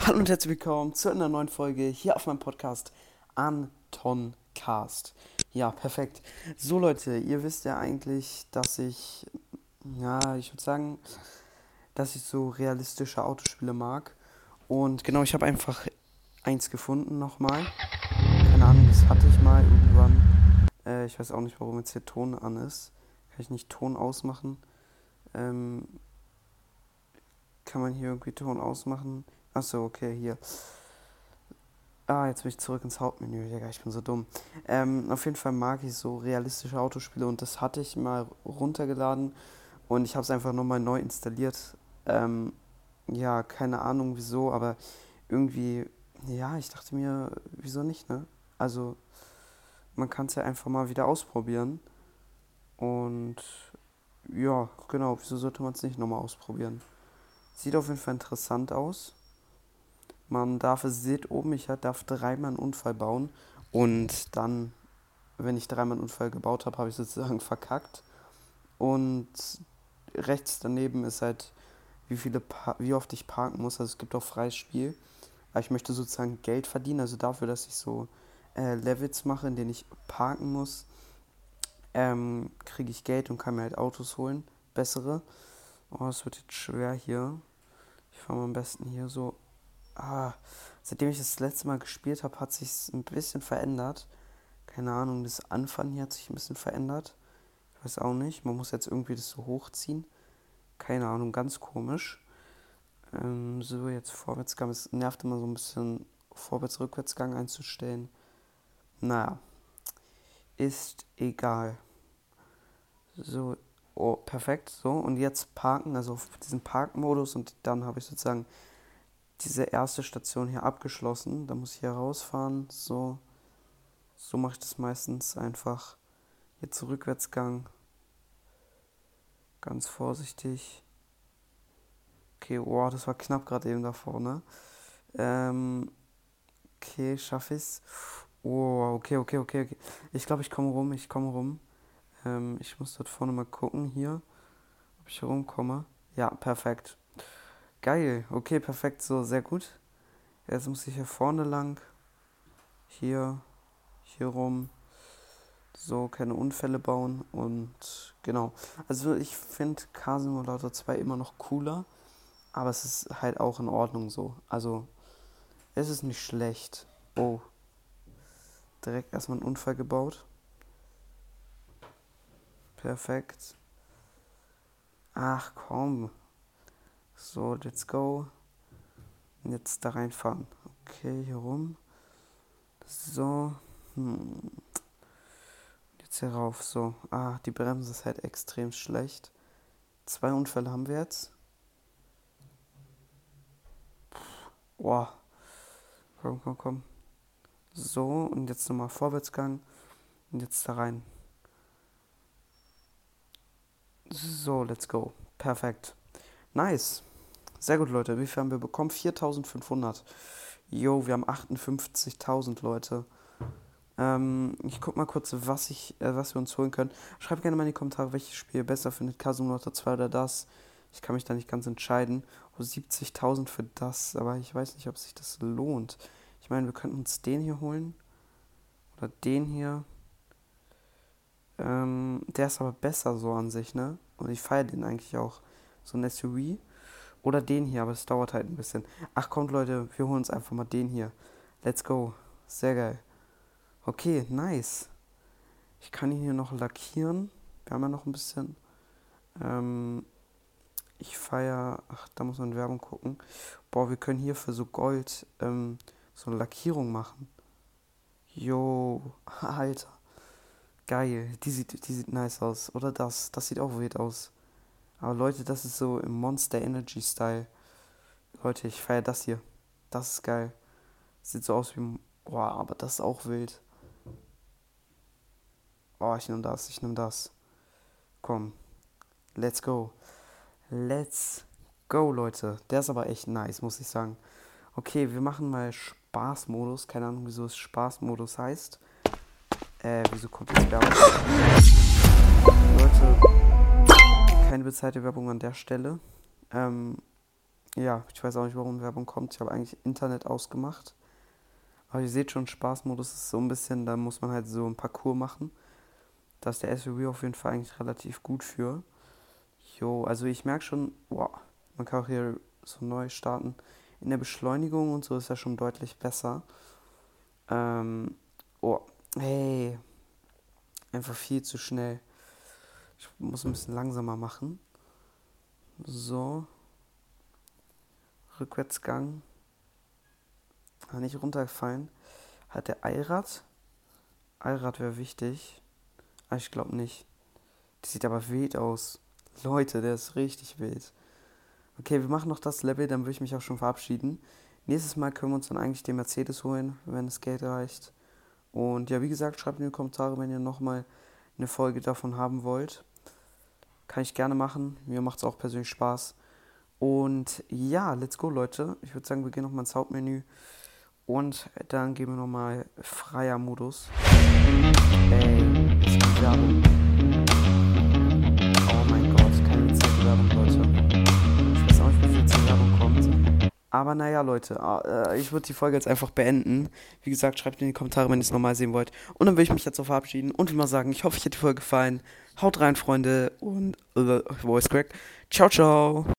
Hallo und herzlich willkommen zu einer neuen Folge hier auf meinem Podcast Anton Cast. Ja, perfekt. So Leute, ihr wisst ja eigentlich, ich würde sagen, dass ich so realistische Autospiele mag. Und genau, ich habe einfach eins gefunden nochmal. Keine Ahnung, das hatte ich mal irgendwann. Ich weiß auch nicht, warum jetzt hier Ton an ist. Kann ich nicht Ton ausmachen? Ähm, Kann man hier irgendwie Ton ausmachen? Achso, okay, hier. Jetzt bin ich zurück ins Hauptmenü. Digga, ich bin so dumm. Auf jeden Fall mag ich so realistische Autospiele und das hatte ich mal runtergeladen und ich habe es einfach nochmal neu installiert. Ähm, ja, keine Ahnung wieso, aber irgendwie, ja, ich dachte mir, wieso nicht, ne? Also, man kann es ja einfach mal wieder ausprobieren und ja, genau, wieso sollte man es nicht nochmal ausprobieren? Sieht auf jeden Fall interessant aus. Man darf, es seht oben, ich darf dreimal einen Unfall bauen und dann, wenn ich dreimal einen Unfall gebaut habe, habe ich sozusagen verkackt. Und rechts daneben ist halt, wie oft ich parken muss. Also es gibt auch freies Spiel. Aber ich möchte sozusagen Geld verdienen, also dafür, dass ich so Levels mache, in denen ich parken muss, kriege ich Geld und kann mir halt Autos holen, bessere. Oh, es wird jetzt schwer hier. Ich fahre mal am besten hier so. Seitdem ich das letzte Mal gespielt habe, hat sich ein bisschen verändert. Keine Ahnung, das Anfahren hier hat sich ein bisschen verändert. Ich weiß auch nicht. Man muss jetzt irgendwie das so hochziehen. Keine Ahnung, ganz komisch. So, jetzt Vorwärtsgang. Es nervt immer so ein bisschen, Vorwärts-Rückwärtsgang einzustellen. Naja, ist egal. So, oh, perfekt. So, und jetzt parken, also auf diesen Parkmodus. Und dann habe ich sozusagen diese erste Station hier abgeschlossen. Da muss ich hier rausfahren. So mache ich das meistens einfach. Jetzt Rückwärtsgang. Ganz vorsichtig. Okay, wow, das war knapp gerade eben davor, ne? Ähm, okay, schaffe ich's. Oh, okay. Ich glaube, ich komme rum. Ich muss dort vorne mal gucken, hier, ob ich rumkomme. Ja, perfekt. Geil, okay, perfekt, so, sehr gut. Jetzt muss ich hier vorne lang. Hier, hier rum. So, keine Unfälle bauen und genau. Also ich finde Car Simulator 2 immer noch cooler, aber es ist halt auch in Ordnung so. Also es ist nicht schlecht. Oh, direkt erstmal einen Unfall gebaut. Perfekt. Ach komm. So, let's go. Und jetzt da reinfahren. Okay, hier rum. So. Jetzt hier rauf. So. Die Bremse ist halt extrem schlecht. 2 Unfälle haben wir jetzt. Boah. Komm. So, und jetzt nochmal Vorwärtsgang. Und jetzt da rein. So, let's go. Perfekt. Nice. Sehr gut, Leute. Wie viel haben wir bekommen? 4.500. Jo, wir haben 58.000, Leute. Ich guck mal kurz, was wir uns holen können. Schreibt gerne mal in die Kommentare, welches Spiel ihr besser findet. Casumlotter 2 oder das. Ich kann mich da nicht ganz entscheiden. Oh, 70.000 für das. Aber ich weiß nicht, ob sich das lohnt. Ich meine, wir könnten uns den hier holen. Oder den hier. Der ist aber besser so an sich, ne? Und ich feiere den eigentlich auch. So ein SUV. Oder den hier, aber es dauert halt ein bisschen. Ach kommt Leute, wir holen uns einfach mal den hier. Let's go. Sehr geil. Okay, nice. Ich kann ihn hier noch lackieren. Wir haben ja noch ein bisschen. Ähm, Ich feiere. Ach, da muss man in Werbung gucken. Boah, wir können hier für so Gold so eine Lackierung machen. Jo, Alter. Geil. Die sieht nice aus. Oder das. Das sieht auch wild aus. Aber Leute, das ist so im Monster Energy Style. Leute, ich feiere das hier. Das ist geil. Sieht so aus wie. Boah, aber das ist auch wild. Oh, ich nehme das. Komm, let's go. Let's go, Leute. Der ist aber echt nice, muss ich sagen. Okay, wir machen mal Spaßmodus. Keine Ahnung, wieso es Spaßmodus heißt. Wieso kommt jetzt Werbung? Leute, keine bezahlte Werbung an der Stelle. Ja, ich weiß auch nicht, warum Werbung kommt. Ich habe eigentlich Internet ausgemacht. Aber ihr seht schon, Spaßmodus ist so ein bisschen, da muss man halt so ein Parcours machen. Da ist der SUV auf jeden Fall eigentlich relativ gut für. Jo, also ich merke schon, boah, man kann auch hier so neu starten. In der Beschleunigung und so ist er schon deutlich besser. Ähm, oh, hey, einfach viel zu schnell. Ich muss ein bisschen langsamer machen. So, Rückwärtsgang. Nicht runtergefallen. Hat der Allrad? Allrad wäre wichtig. Aber ich glaube nicht. Das sieht aber wild aus. Leute, der ist richtig wild. Okay, wir machen noch das Level, dann würde ich mich auch schon verabschieden. Nächstes Mal können wir uns dann eigentlich den Mercedes holen, wenn das Geld reicht. Und ja, wie gesagt, schreibt in die Kommentare, wenn ihr nochmal eine Folge davon haben wollt. Kann ich gerne machen. Mir macht es auch persönlich Spaß. Und ja, let's go, Leute. Ich würde sagen, wir gehen nochmal ins Hauptmenü. Und dann gehen wir nochmal freier Modus. Ist die Werbung. Oh mein Gott, keine witzige Werbung, Leute. Ich weiß auch nicht, wie viel zur Werbung kommt. Aber naja, Leute, ich würde die Folge jetzt einfach beenden. Wie gesagt, schreibt in die Kommentare, wenn ihr es nochmal sehen wollt. Und dann will ich mich jetzt so verabschieden und wie mal sagen, ich hoffe, euch hat die Folge gefallen. Haut rein, Freunde, und Voice Crack. Ciao, ciao.